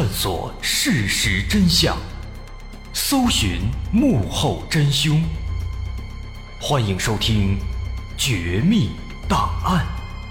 索事实真相，搜寻幕后真凶。欢迎收听《绝密档案》。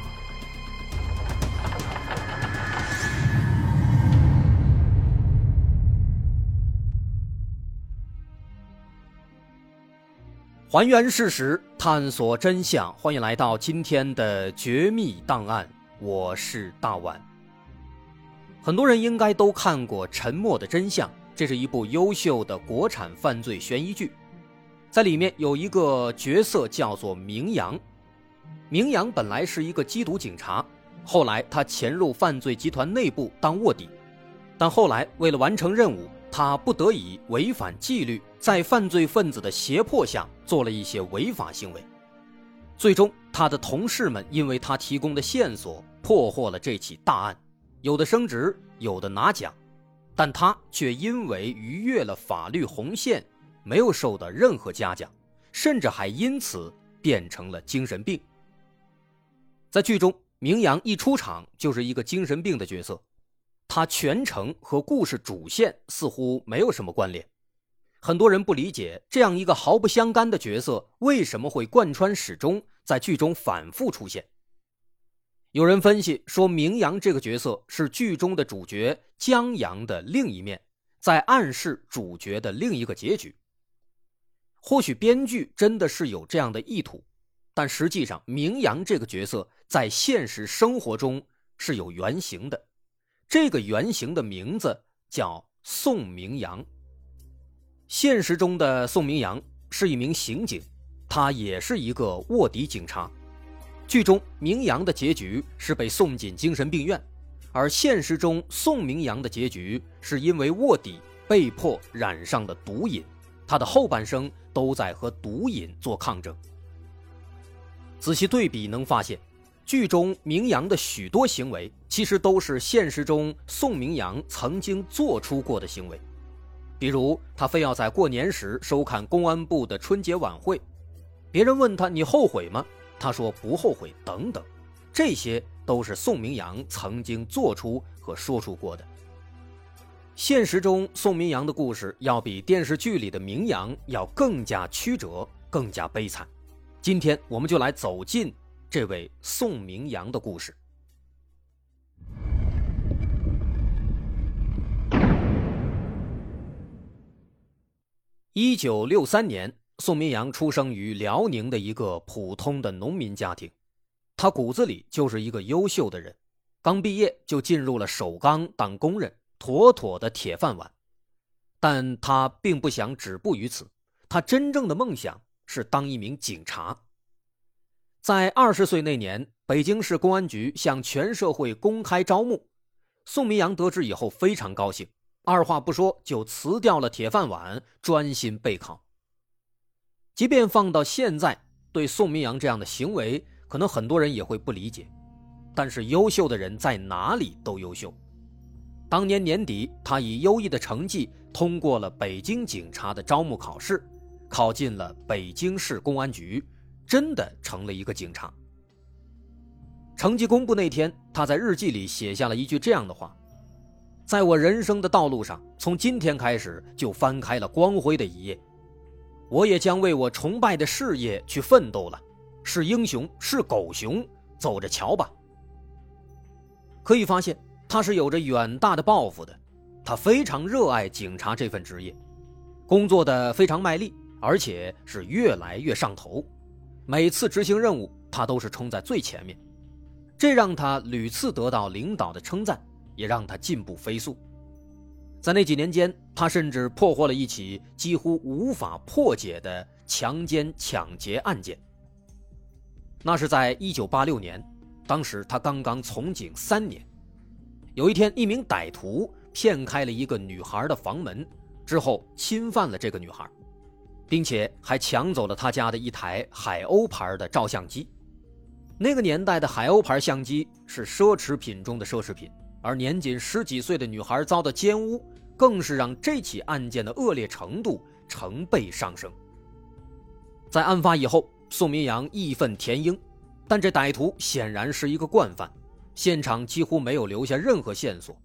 还原事实，探索真相，欢迎来到今天的《绝密档案》，我是大碗。很多人应该都看过《沉默的真相》，这是一部优秀的国产犯罪悬疑剧。在里面有一个角色叫做明阳。明阳本来是一个缉毒警察，后来他潜入犯罪集团内部当卧底，但后来为了完成任务，他不得已违反纪律，在犯罪分子的胁迫下做了一些违法行为。最终他的同事们因为他提供的线索破获了这起大案，有的升职，有的拿奖，但他却因为逾越了法律红线，没有受到任何嘉奖，甚至还因此变成了精神病。在剧中，明阳一出场就是一个精神病的角色，他全程和故事主线似乎没有什么关联。很多人不理解这样一个毫不相干的角色为什么会贯穿始终，在剧中反复出现。有人分析说，明阳这个角色是剧中的主角江阳的另一面，在暗示主角的另一个结局。或许编剧真的是有这样的意图，但实际上明阳这个角色在现实生活中是有原型的，这个原型的名字叫宋明阳。现实中的宋明阳是一名刑警，他也是一个卧底警察。剧中明阳的结局是被送进精神病院，而现实中宋明阳的结局是因为卧底被迫染上的毒瘾，他的后半生都在和毒瘾做抗争。仔细对比能发现，剧中明阳的许多行为其实都是现实中宋明阳曾经做出过的行为。比如他非要在过年时收看公安部的春节晚会，别人问他你后悔吗？他说不后悔等等，这些都是宋明阳曾经做出和说出过的。现实中宋明阳的故事要比电视剧里的明阳要更加曲折，更加悲惨。今天我们就来走进这位宋明阳的故事。1963年，宋明阳出生于辽宁的一个普通的农民家庭，他骨子里就是一个优秀的人，刚毕业就进入了首钢当工人，妥妥的铁饭碗。但他并不想止步于此，他真正的梦想是当一名警察。在20岁那年，北京市公安局向全社会公开招募，宋明阳得知以后非常高兴，二话不说就辞掉了铁饭碗，专心备考。即便放到现在，对宋明阳这样的行为，可能很多人也会不理解，但是优秀的人在哪里都优秀。当年年底，他以优异的成绩通过了北京警察的招募考试，考进了北京市公安局，真的成了一个警察。成绩公布那天，他在日记里写下了一句这样的话：在我人生的道路上，从今天开始就翻开了光辉的一页，我也将为我崇拜的事业去奋斗了，是英雄是狗熊，走着瞧吧。可以发现他是有着远大的抱负的，他非常热爱警察这份职业，工作的非常卖力，而且是越来越上头，每次执行任务他都是冲在最前面，这让他屡次得到领导的称赞，也让他进步飞速。在那几年间，他甚至破获了一起几乎无法破解的强奸抢劫案件。那是在1986年，当时他刚刚从警3年。有一天，一名歹徒骗开了一个女孩的房门，之后侵犯了这个女孩，并且还抢走了她家的一台海鸥牌的照相机。那个年代的海鸥牌相机是奢侈品中的奢侈品，而年仅10几岁的女孩遭到奸污，更是让这起案件的恶劣程度成倍上升。在案发以后，宋明阳义愤填膺，但这歹徒显然是一个惯犯，现场几乎没有留下任何线索，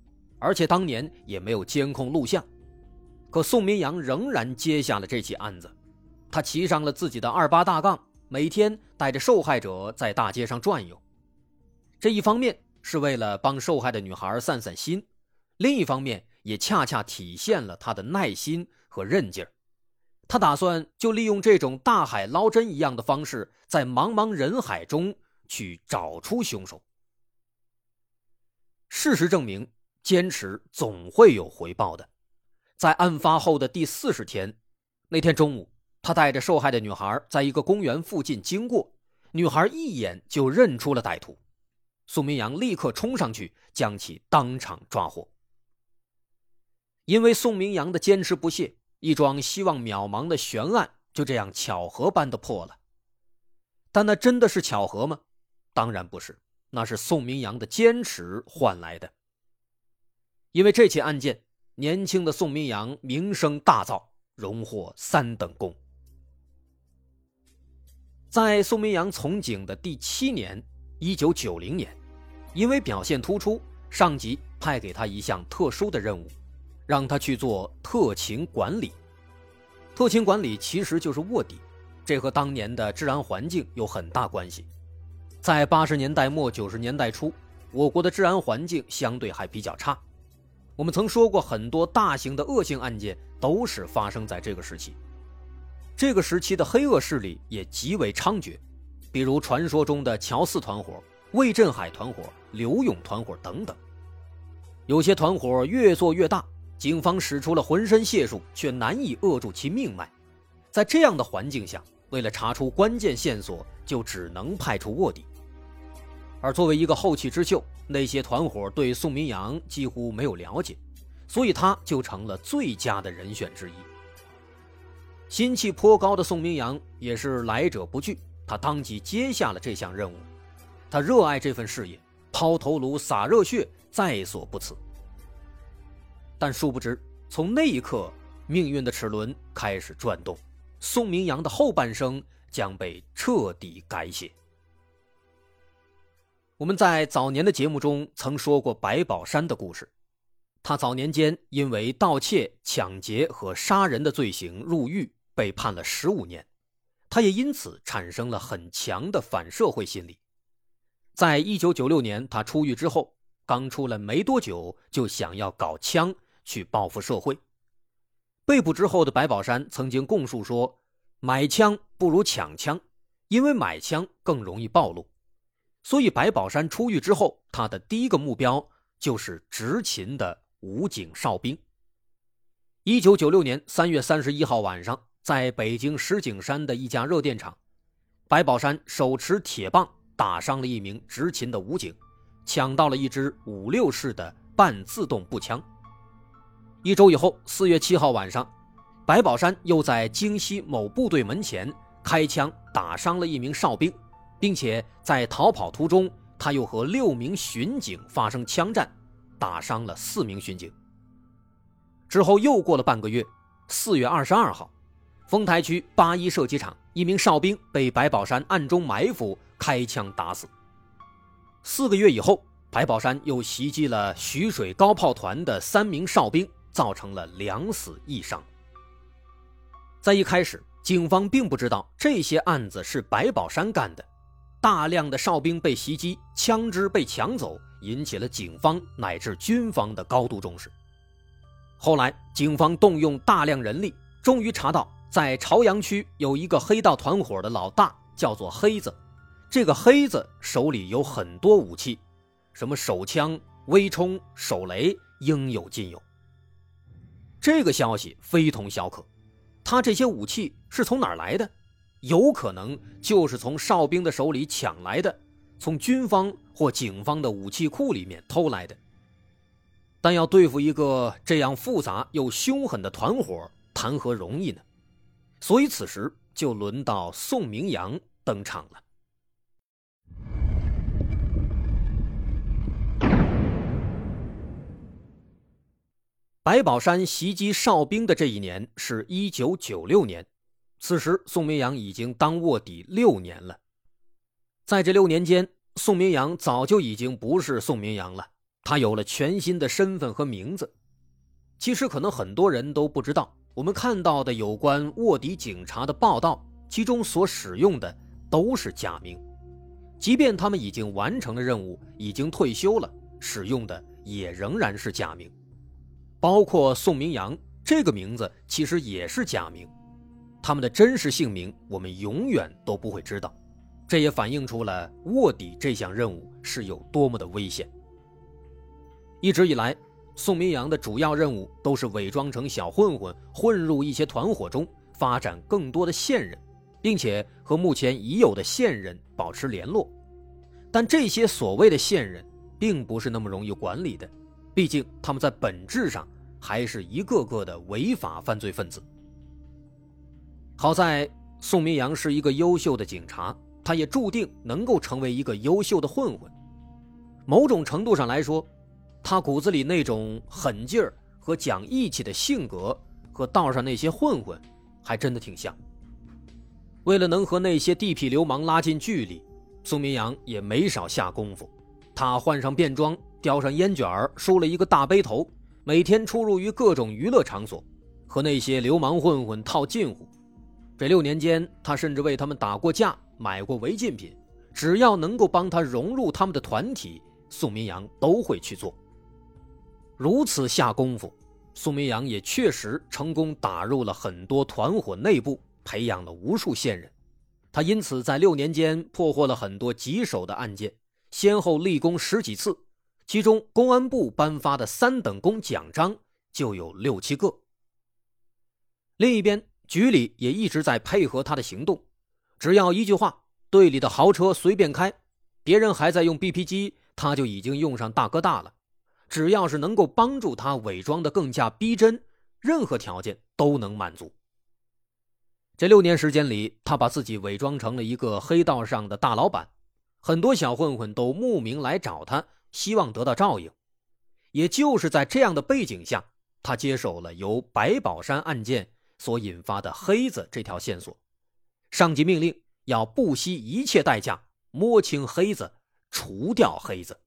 而且当年也没有监控录像。可宋明阳仍然接下了这起案子，他骑上了自己的28大杠，每天带着受害者在大街上转悠。这一方面是为了帮受害的女孩散散心，另一方面也恰恰体现了他的耐心和韧劲儿。他打算就利用这种大海捞针一样的方式，在茫茫人海中去找出凶手。事实证明，坚持总会有回报的。在案发后的第40天，那天中午，他带着受害的女孩在一个公园附近经过，女孩一眼就认出了歹徒。宋明阳立刻冲上去，将其当场抓获。因为宋明阳的坚持不懈，一桩希望渺茫的悬案就这样巧合般的破了。但那真的是巧合吗？当然不是，那是宋明阳的坚持换来的。因为这起案件，年轻的宋明阳名声大噪，荣获3等功。在宋明阳从警的第7年，1990年，因为表现突出，上级派给他一项特殊的任务，让他去做特勤管理。特勤管理其实就是卧底，这和当年的治安环境有很大关系。在80年代末90年代初，我国的治安环境相对还比较差。我们曾说过，很多大型的恶性案件都是发生在这个时期。这个时期的黑恶势力也极为猖獗，比如传说中的乔四团伙、魏振海团伙、刘勇团伙等等。有些团伙越做越大，警方使出了浑身解数，却难以扼住其命脉。在这样的环境下，为了查出关键线索，就只能派出卧底。而作为一个后起之秀，那些团伙对宋明阳几乎没有了解，所以他就成了最佳的人选之一。心气颇高的宋明阳也是来者不拒，他当即接下了这项任务。他热爱这份事业，抛头颅洒热血，在所不辞。但殊不知，从那一刻，命运的齿轮开始转动，宋明阳的后半生将被彻底改写。我们在早年的节目中曾说过白宝山的故事，他早年间因为盗窃、抢劫和杀人的罪行入狱，被判了15年。他也因此产生了很强的反社会心理。在1996年他出狱之后，刚出来没多久，就想要搞枪去报复社会。被捕之后的白宝山曾经供述说，买枪不如抢枪，因为买枪更容易暴露。所以白宝山出狱之后，他的第一个目标就是执勤的武警哨兵。1996年3月31号晚上，在北京石景山的一家热电厂，白宝山手持铁棒打伤了一名执勤的武警，抢到了一支56式的半自动步枪。1周以后，4月7号晚上，白宝山又在京西某部队门前开枪打伤了一名哨兵，并且在逃跑途中，他又和6名巡警发生枪战，打伤了4名巡警。之后又过了半个月，4月22号，丰台区81射击场，一名哨兵被白宝山暗中埋伏，开枪打死。4个月以后，白宝山又袭击了徐水高炮团的3名哨兵，造成了2死1伤。在一开始，警方并不知道这些案子是白宝山干的，大量的哨兵被袭击，枪支被抢走，引起了警方乃至军方的高度重视。后来警方动用大量人力，终于查到在朝阳区有一个黑道团伙的老大叫做黑子。这个黑子手里有很多武器，什么手枪、微冲、手雷应有尽有。这个消息非同小可，他这些武器是从哪儿来的？有可能就是从哨兵的手里抢来的，从军方或警方的武器库里面偷来的。但要对付一个这样复杂又凶狠的团伙，谈何容易呢？所以此时就轮到宋明阳登场了。白宝山袭击哨兵的这一年是1996年，此时宋明阳已经当卧底6年了。在这6年间，宋明阳早就已经不是宋明阳了， 他有了全新的身份和名字。其实可能很多人都不知道，我们看到的有关卧底警察的报道，其中所使用的都是假名，即便他们已经完成了任务，已经退休了，使用的也仍然是假名。包括宋明阳这个名字其实也是假名，他们的真实姓名我们永远都不会知道。这也反映出了卧底这项任务是有多么的危险。一直以来，宋明阳的主要任务都是伪装成小混混，混入一些团伙中，发展更多的线人，并且和目前已有的线人保持联络。但这些所谓的线人并不是那么容易管理的，毕竟他们在本质上还是一个个的违法犯罪分子。好在宋明阳是一个优秀的警察，他也注定能够成为一个优秀的混混。某种程度上来说，他骨子里那种狠劲儿和讲义气的性格和道上那些混混还真的挺像。为了能和那些地痞流氓拉近距离，宋明阳也没少下功夫。他换上便装，叼上烟卷，梳了一个大背头，每天出入于各种娱乐场所，和那些流氓混混套近乎。这6年间，他甚至为他们打过架，买过违禁品，只要能够帮他融入他们的团体，宋明阳都会去做。如此下功夫，宋明阳也确实成功打入了很多团伙内部，培养了无数线人。他因此在6年间破获了很多棘手的案件，先后立功10几次，其中公安部颁发的3等功奖章就有6、7个。另一边，局里也一直在配合他的行动，只要一句话，队里的豪车随便开，别人还在用 BP 机，他就已经用上大哥大了。只要是能够帮助他伪装得更加逼真，任何条件都能满足。这6年时间里，他把自己伪装成了一个黑道上的大老板，很多小混混都慕名来找他，希望得到照应。也就是在这样的背景下，他接手了由白宝山案件所引发的黑子这条线索，上级命令要不惜一切代价摸清黑子，除掉黑子。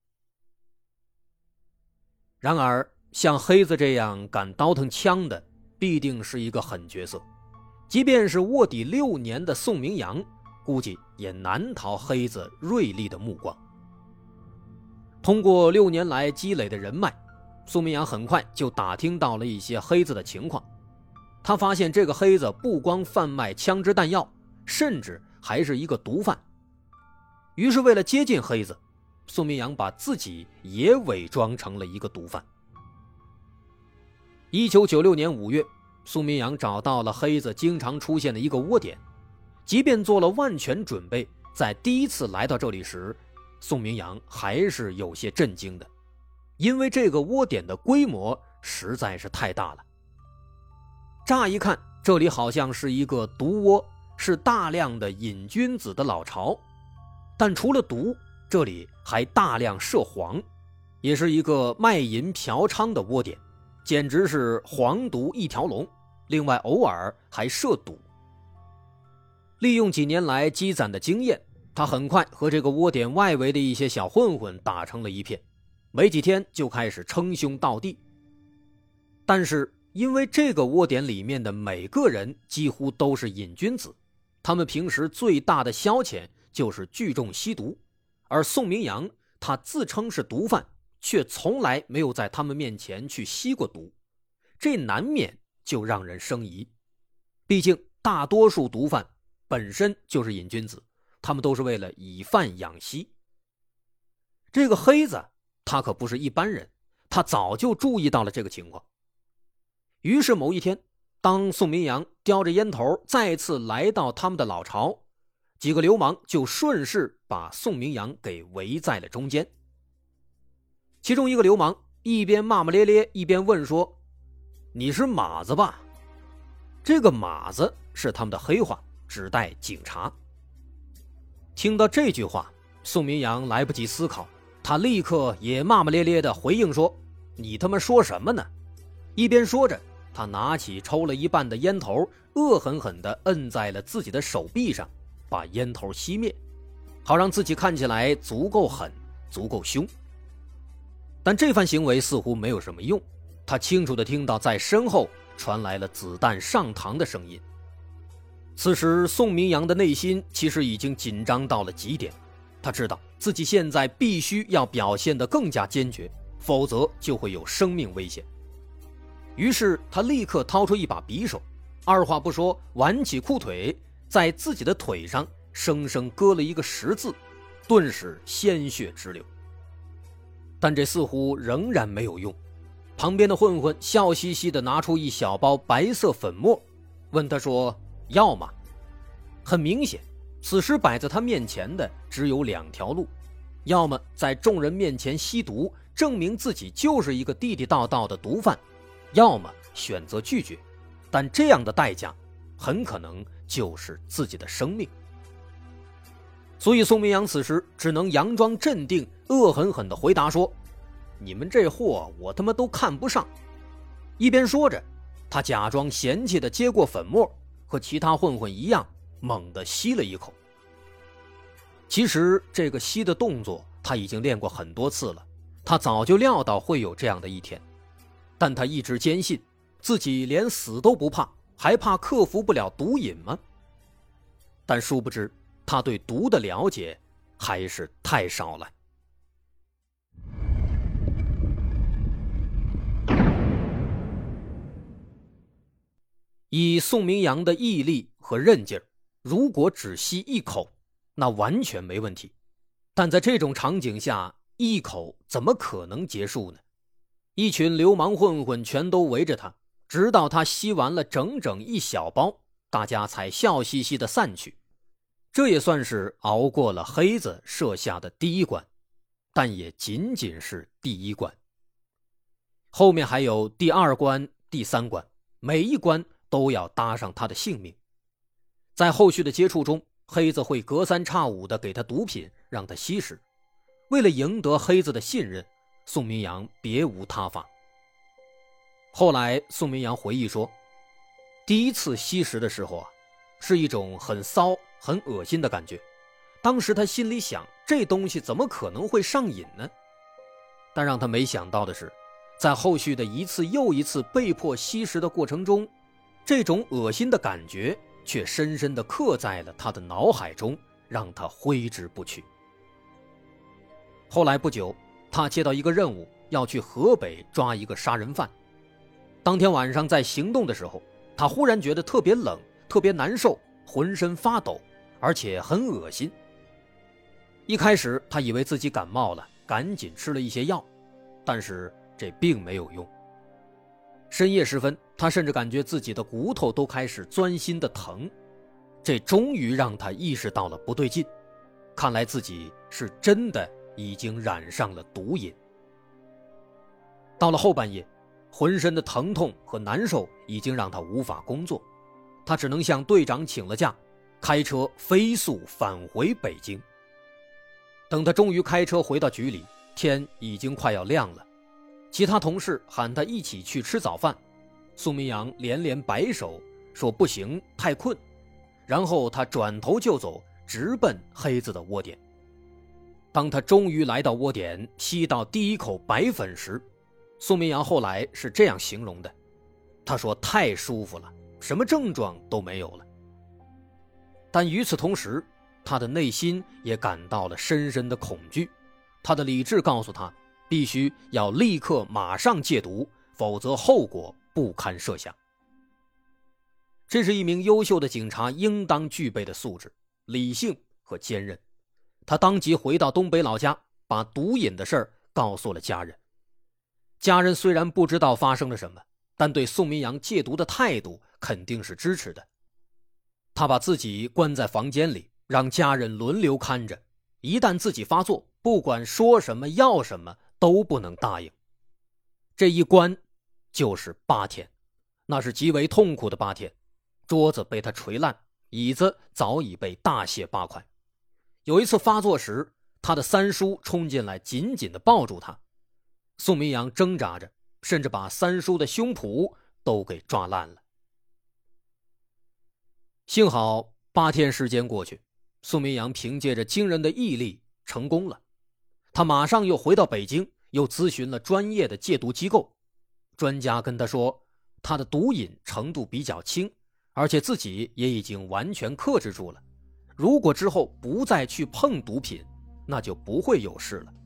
然而像黑子这样敢倒腾枪的必定是一个狠角色，即便是卧底6年的宋明阳，估计也难逃黑子锐利的目光。通过6年来积累的人脉，宋明阳很快就打听到了一些黑子的情况。他发现这个黑子不光贩卖枪支弹药，甚至还是一个毒贩。于是为了接近黑子，宋明阳把自己也伪装成了一个毒贩。1996年5月，宋明阳找到了黑子经常出现的一个窝点，即便做了万全准备，在第一次来到这里时，宋明阳还是有些震惊的，因为这个窝点的规模实在是太大了。乍一看，这里好像是一个毒窝，是大量的瘾君子的老巢，但除了毒，这里还大量涉黄，也是一个卖淫嫖娼的窝点，简直是黄毒一条龙，另外偶尔还涉赌。利用几年来积攒的经验，他很快和这个窝点外围的一些小混混打成了一片，没几天就开始称兄道弟。但是因为这个窝点里面的每个人几乎都是瘾君子，他们平时最大的消遣就是聚众吸毒，而宋明阳他自称是毒贩，却从来没有在他们面前去吸过毒，这难免就让人生疑。毕竟大多数毒贩本身就是瘾君子，他们都是为了以贩养吸。这个黑子他可不是一般人，他早就注意到了这个情况。于是某一天，当宋明阳叼着烟头再次来到他们的老巢，几个流氓就顺势把宋明阳给围在了中间。其中一个流氓一边骂骂咧咧，一边问说：“你是马子吧？”这个马子是他们的黑话，指代警察。听到这句话，宋明阳来不及思考，他立刻也骂骂咧咧地回应说：“你他妈说什么呢？”一边说着，他拿起抽了一半的烟头，恶狠狠地摁在了自己的手臂上，把烟头熄灭，好让自己看起来足够狠，足够凶。 但这番行为似乎没有什么用，他清楚地听到在身后传来了子弹上膛的声音。此时宋明阳的内心其实已经紧张到了极点，他知道自己现在必须要表现得更加坚决，否则就会有生命危险。于是他立刻掏出一把匕首，二话不说挽起裤腿，在自己的腿上生生割了一个十字，顿时鲜血直流。但这似乎仍然没有用，旁边的混混笑嘻嘻地拿出一小包白色粉末，问他说：“要吗？”很明显，此时摆在他面前的只有两条路，要么在众人面前吸毒，证明自己就是一个地地道道的毒贩，要么选择拒绝，但这样的代价很可能就是自己的生命。所以宋明阳此时只能佯装镇定，恶狠狠地回答说：“你们这货我他妈都看不上。”一边说着，他假装嫌弃地接过粉末，和其他混混一样猛地吸了一口。其实这个吸的动作他已经练过很多次了，他早就料到会有这样的一天，但他一直坚信自己连死都不怕，还怕克服不了毒瘾吗？但殊不知他对毒的了解还是太少了。以宋明阳的毅力和韧劲儿，如果只吸一口，那完全没问题。但在这种场景下，一口怎么可能结束呢？一群流氓混混全都围着他，直到他吸完了整整一小包，大家才笑嘻嘻地散去。这也算是熬过了黑子设下的第一关，但也仅仅是第一关。后面还有第二关、第三关，每一关都要搭上他的性命。在后续的接触中，黑子会隔三差五地给他毒品，让他吸食。为了赢得黑子的信任，宋明阳别无他法。后来宋明阳回忆说，第一次吸食的时候是一种很骚很恶心的感觉，当时他心里想，这东西怎么可能会上瘾呢？但让他没想到的是，在后续的一次又一次被迫吸食的过程中，这种恶心的感觉却深深地刻在了他的脑海中，让他挥之不去。后来不久，他接到一个任务，要去河北抓一个杀人犯。当天晚上在行动的时候，他忽然觉得特别冷，特别难受，浑身发抖，而且很恶心。一开始他以为自己感冒了，赶紧吃了一些药，但是这并没有用。深夜时分，他甚至感觉自己的骨头都开始钻心的疼，这终于让他意识到了不对劲，看来自己是真的已经染上了毒瘾。到了后半夜，浑身的疼痛和难受已经让他无法工作，他只能向队长请了假，开车飞速返回北京。等他终于开车回到局里，天已经快要亮了。其他同事喊他一起去吃早饭，宋明阳连连摆手说不行，太困。然后他转头就走，直奔黑子的窝点。当他终于来到窝点，吸到第一口白粉时，宋明阳后来是这样形容的，他说太舒服了，什么症状都没有了。但与此同时，他的内心也感到了深深的恐惧，他的理智告诉他，必须要立刻马上戒毒，否则后果不堪设想。这是一名优秀的警察应当具备的素质，理性和坚韧。他当即回到东北老家，把毒瘾的事儿告诉了家人。家人虽然不知道发生了什么，但对宋明阳戒毒的态度肯定是支持的。他把自己关在房间里，让家人轮流看着，一旦自己发作，不管说什么要什么都不能答应。这一关就是8天，那是极为痛苦的8天。桌子被他捶烂，椅子早已被大卸8块。有一次发作时，他的三叔冲进来紧紧地抱住他，宋明阳挣扎着，甚至把三叔的胸脯都给抓烂了。幸好8天时间过去，宋明阳凭借着惊人的毅力成功了。他马上又回到北京， 又咨询了专业的戒毒机构，专家跟他说，他的毒瘾程度比较轻，而且自己也已经完全克制住了，如果之后不再去碰毒品，那就不会有事了。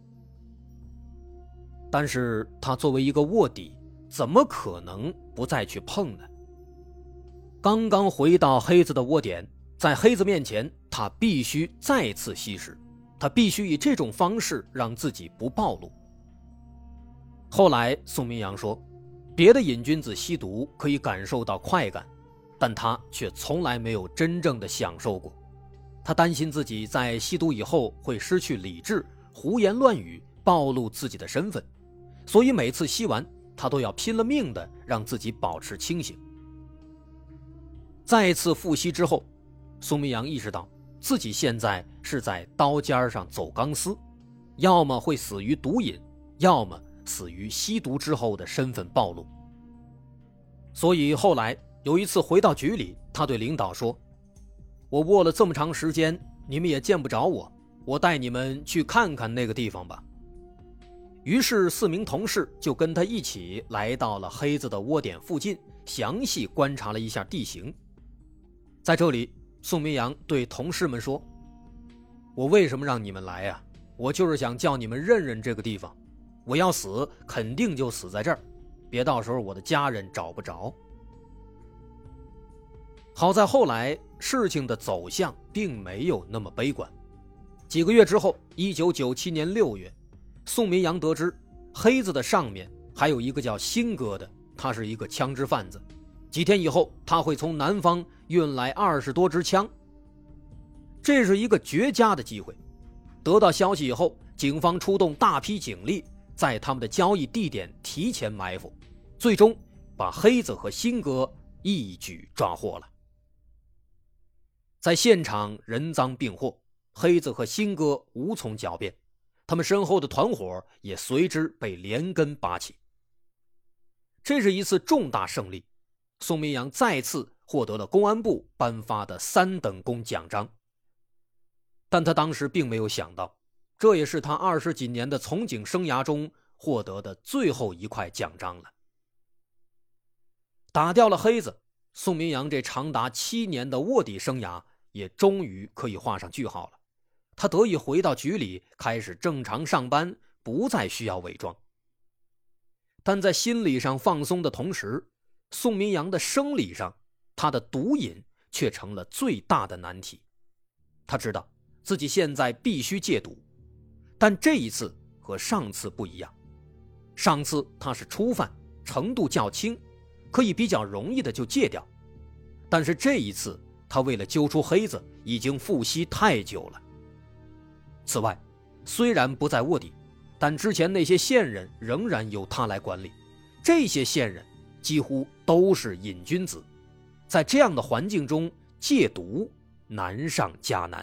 但是他作为一个卧底，怎么可能不再去碰呢？刚刚回到黑子的窝点，在黑子面前，他必须再次吸食，他必须以这种方式让自己不暴露。后来宋明阳说，别的瘾君子吸毒可以感受到快感，但他却从来没有真正的享受过。他担心自己在吸毒以后会失去理智，胡言乱语，暴露自己的身份，所以每次吸完，他都要拼了命的让自己保持清醒。再次复吸之后，宋明阳意识到自己现在是在刀尖上走钢丝，要么会死于毒瘾，要么死于吸毒之后的身份暴露。所以后来有一次回到局里，他对领导说，我卧了这么长时间，你们也见不着我，我带你们去看看那个地方吧。于是4名同事就跟他一起来到了黑子的窝点附近，详细观察了一下地形。在这里，宋明阳对同事们说，我为什么让你们来啊？我就是想叫你们认认这个地方，我要死肯定就死在这儿，别到时候我的家人找不着。好在后来事情的走向并没有那么悲观。几个月之后，1997年6月，宋明阳得知黑子的上面还有一个叫新哥的，他是一个枪支贩子，几天以后他会从南方运来20多支枪。这是一个绝佳的机会。得到消息以后，警方出动大批警力，在他们的交易地点提前埋伏，最终把黑子和新哥一举抓获了。在现场人赃并获，黑子和新哥无从狡辩，他们身后的团伙也随之被连根拔起。这是一次重大胜利，宋明阳再次获得了公安部颁发的3等功奖章。但他当时并没有想到，这也是他20几年的从警生涯中获得的最后一块奖章了。打掉了黑子，宋明阳这长达7年的卧底生涯也终于可以画上句号了。他得以回到局里，开始正常上班，不再需要伪装。但在心理上放松的同时，宋明阳的生理上，他的毒瘾却成了最大的难题。他知道自己现在必须戒毒，但这一次和上次不一样。上次他是初犯，程度较轻，可以比较容易的就戒掉，但是这一次他为了揪出黑子，已经复吸太久了。此外，虽然不在卧底，但之前那些线人仍然由他来管理，这些线人几乎都是瘾君子，在这样的环境中戒毒难上加难。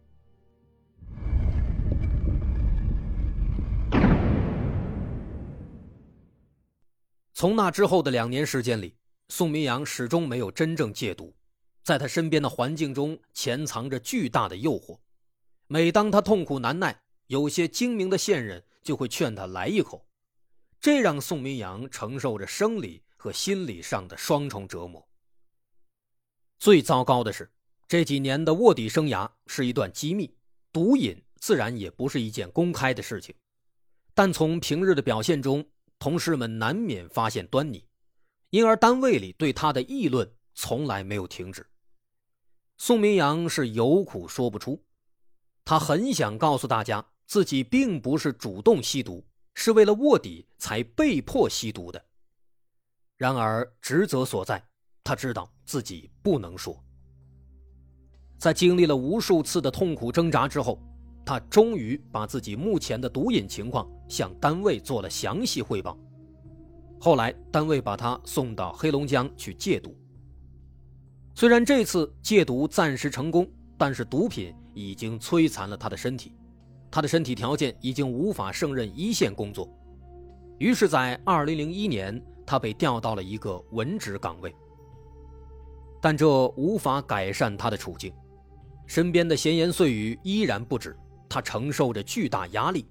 从那之后的2年时间里，宋明阳始终没有真正戒毒，在他身边的环境中潜藏着巨大的诱惑。每当他痛苦难耐，有些精明的线人就会劝他来一口，这让宋明阳承受着生理和心理上的双重折磨。最糟糕的是，这几年的卧底生涯是一段机密，毒瘾自然也不是一件公开的事情。但从平日的表现中，同事们难免发现端倪，因而单位里对他的议论从来没有停止。宋明阳是有苦说不出，他很想告诉大家，自己并不是主动吸毒，是为了卧底才被迫吸毒的。然而职责所在，他知道自己不能说。在经历了无数次的痛苦挣扎之后，他终于把自己目前的毒瘾情况向单位做了详细汇报。后来单位把他送到黑龙江去戒毒。虽然这次戒毒暂时成功，但是毒品已经摧残了他的身体，他的身体条件已经无法胜任一线工作。于是在2001年，他被调到了一个文职岗位。但这无法改善他的处境，身边的闲言碎语依然不止，他承受着巨大压力。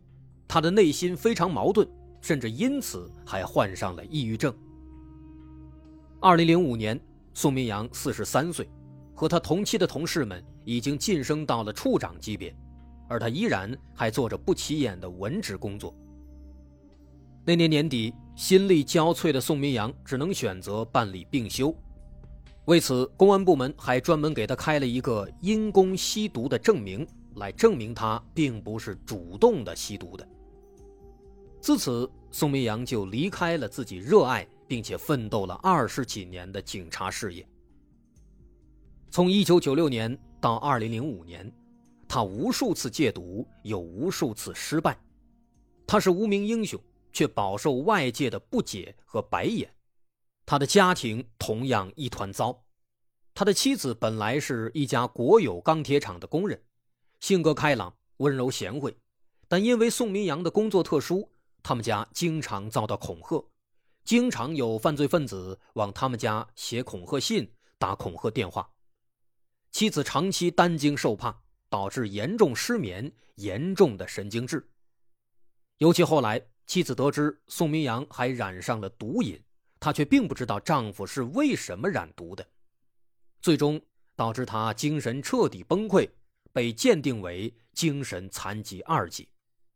他的内心非常矛盾，甚至因此还患上了抑郁症。2005年，宋明阳43岁，和他同期的同事们已经晋升到了处长级别，而他依然还做着不起眼的文职工作。那年年底，心力交瘁的宋明阳只能选择办理病休。为此，公安部门还专门给他开了一个因公吸毒的证明，来证明他并不是主动的吸毒的。自此，宋明阳就离开了自己热爱并且奋斗了20几年的警察事业。从1996年到2005年，他无数次戒毒，又无数次失败。他是无名英雄，却饱受外界的不解和白眼。他的家庭同样一团糟。他的妻子本来是一家国有钢铁厂的工人，性格开朗，温柔贤惠，但因为宋明阳的工作特殊，他们家经常遭到恐吓，经常有犯罪分子往他们家写恐吓信，打恐吓电话。妻子长期担惊受怕，导致严重失眠，严重的神经质。尤其后来，妻子得知宋明阳还染上了毒瘾，她却并不知道丈夫是为什么染毒的，最终导致她精神彻底崩溃，被鉴定为精神残疾2级。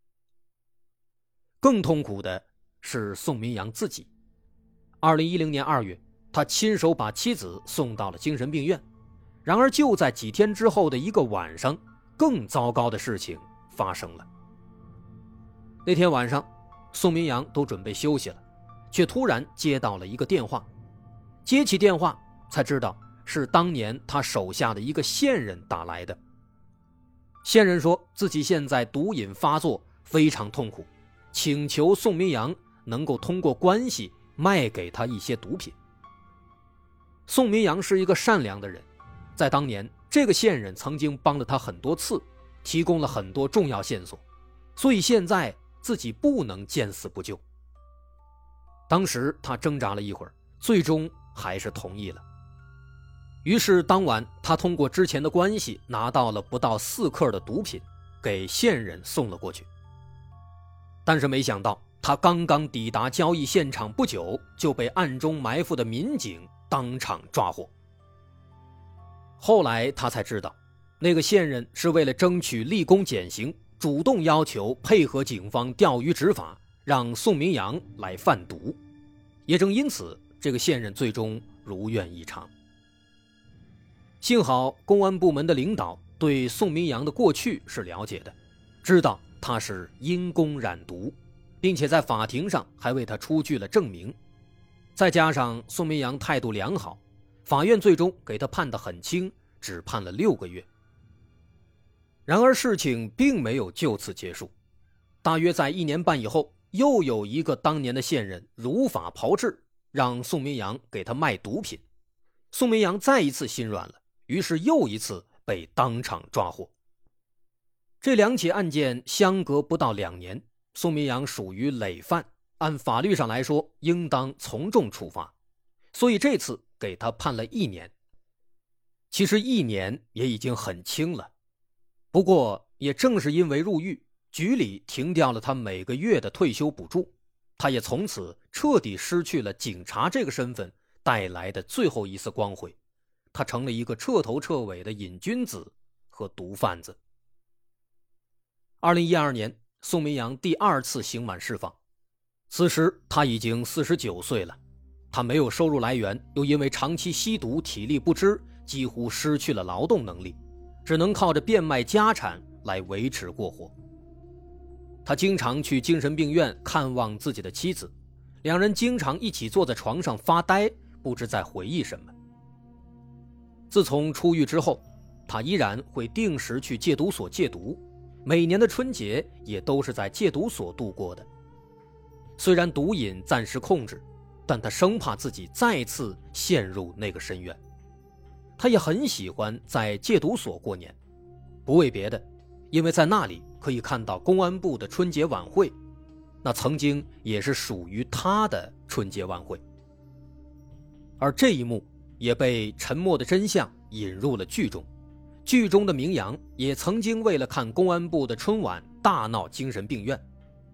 更痛苦的是宋明阳自己。2010年2月，他亲手把妻子送到了精神病院。然而就在几天之后的一个晚上，更糟糕的事情发生了。那天晚上，宋明阳都准备休息了，却突然接到了一个电话。接起电话才知道是当年他手下的一个线人打来的。线人说自己现在毒瘾发作，非常痛苦，请求宋明阳能够通过关系卖给他一些毒品。宋明阳是一个善良的人，在当年，这个线人曾经帮了他很多次，提供了很多重要线索，所以现在自己不能见死不救。当时他挣扎了一会儿，最终还是同意了。于是当晚，他通过之前的关系拿到了不到4克的毒品，给线人送了过去。但是没想到，他刚刚抵达交易现场不久，就被暗中埋伏的民警当场抓获。后来他才知道，那个线人是为了争取立功减刑，主动要求配合警方钓鱼执法，让宋明阳来贩毒。也正因此，这个线人最终如愿以偿。幸好公安部门的领导对宋明阳的过去是了解的，知道他是因公染毒，并且在法庭上还为他出具了证明。再加上宋明阳态度良好，法院最终给他判得很轻，只判了6个月。然而事情并没有就此结束，大约在1年半以后，又有一个当年的线人如法炮制，让宋明阳给他卖毒品。宋明阳再一次心软了，于是又一次被当场抓获。这2起案件相隔不到2年，宋明阳属于累犯，按法律上来说应当从重处罚，所以这次给他判了1年。其实1年也已经很轻了，不过也正是因为入狱，局里停掉了他每个月的退休补助，他也从此彻底失去了警察这个身份带来的最后一丝光辉，他成了一个彻头彻尾的瘾君子和毒贩子。2012年，宋明阳第2次刑满释放，此时他已经49岁了。他没有收入来源，又因为长期吸毒体力不支，几乎失去了劳动能力，只能靠着变卖家产来维持过活。他经常去精神病院看望自己的妻子，两人经常一起坐在床上发呆，不知在回忆什么。自从出狱之后，他依然会定时去戒毒所戒毒，每年的春节也都是在戒毒所度过的。虽然毒瘾暂时控制，但他生怕自己再次陷入那个深渊。他也很喜欢在戒毒所过年，不为别的，因为在那里可以看到公安部的春节晚会，那曾经也是属于他的春节晚会。而这一幕也被《沉默的真相》引入了剧中，剧中的明阳也曾经为了看公安部的春晚大闹精神病院，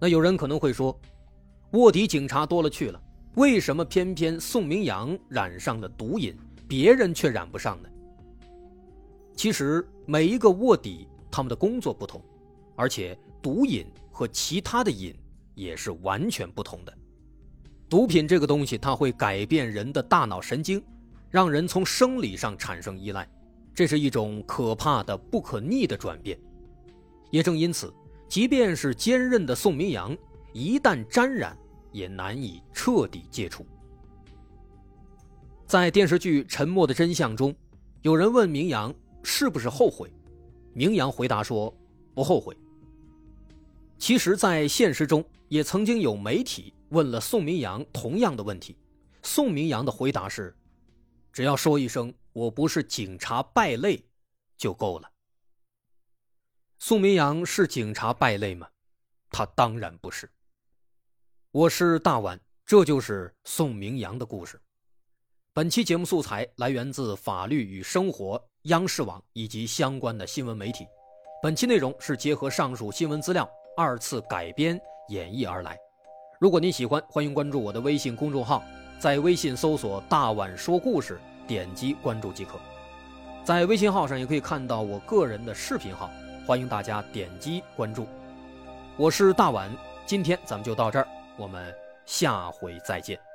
那有人可能会说，卧底警察多了去了，为什么偏偏宋明阳染上了毒瘾，别人却染不上呢？其实每一个卧底他们的工作不同，而且毒瘾和其他的瘾也是完全不同的。毒品这个东西它会改变人的大脑神经，让人从生理上产生依赖，这是一种可怕的不可逆的转变。也正因此，即便是坚韧的宋明阳，一旦沾染也难以彻底戒除。在电视剧《沉默的真相》中，有人问明阳是不是后悔，明阳回答说不后悔。其实在现实中也曾经有媒体问了宋明阳同样的问题，宋明阳的回答是，只要说一声我不是警察败类就够了。宋明阳是警察败类吗？他当然不是。我是大碗，这就是宋明阳的故事。本期节目素材来源自法律与生活、央视网以及相关的新闻媒体。本期内容是结合上述新闻资料二次改编演绎而来。如果您喜欢，欢迎关注我的微信公众号，在微信搜索大碗说故事，点击关注即可。在微信号上也可以看到我个人的视频号，欢迎大家点击关注。我是大碗，今天咱们就到这儿，我们下回再见。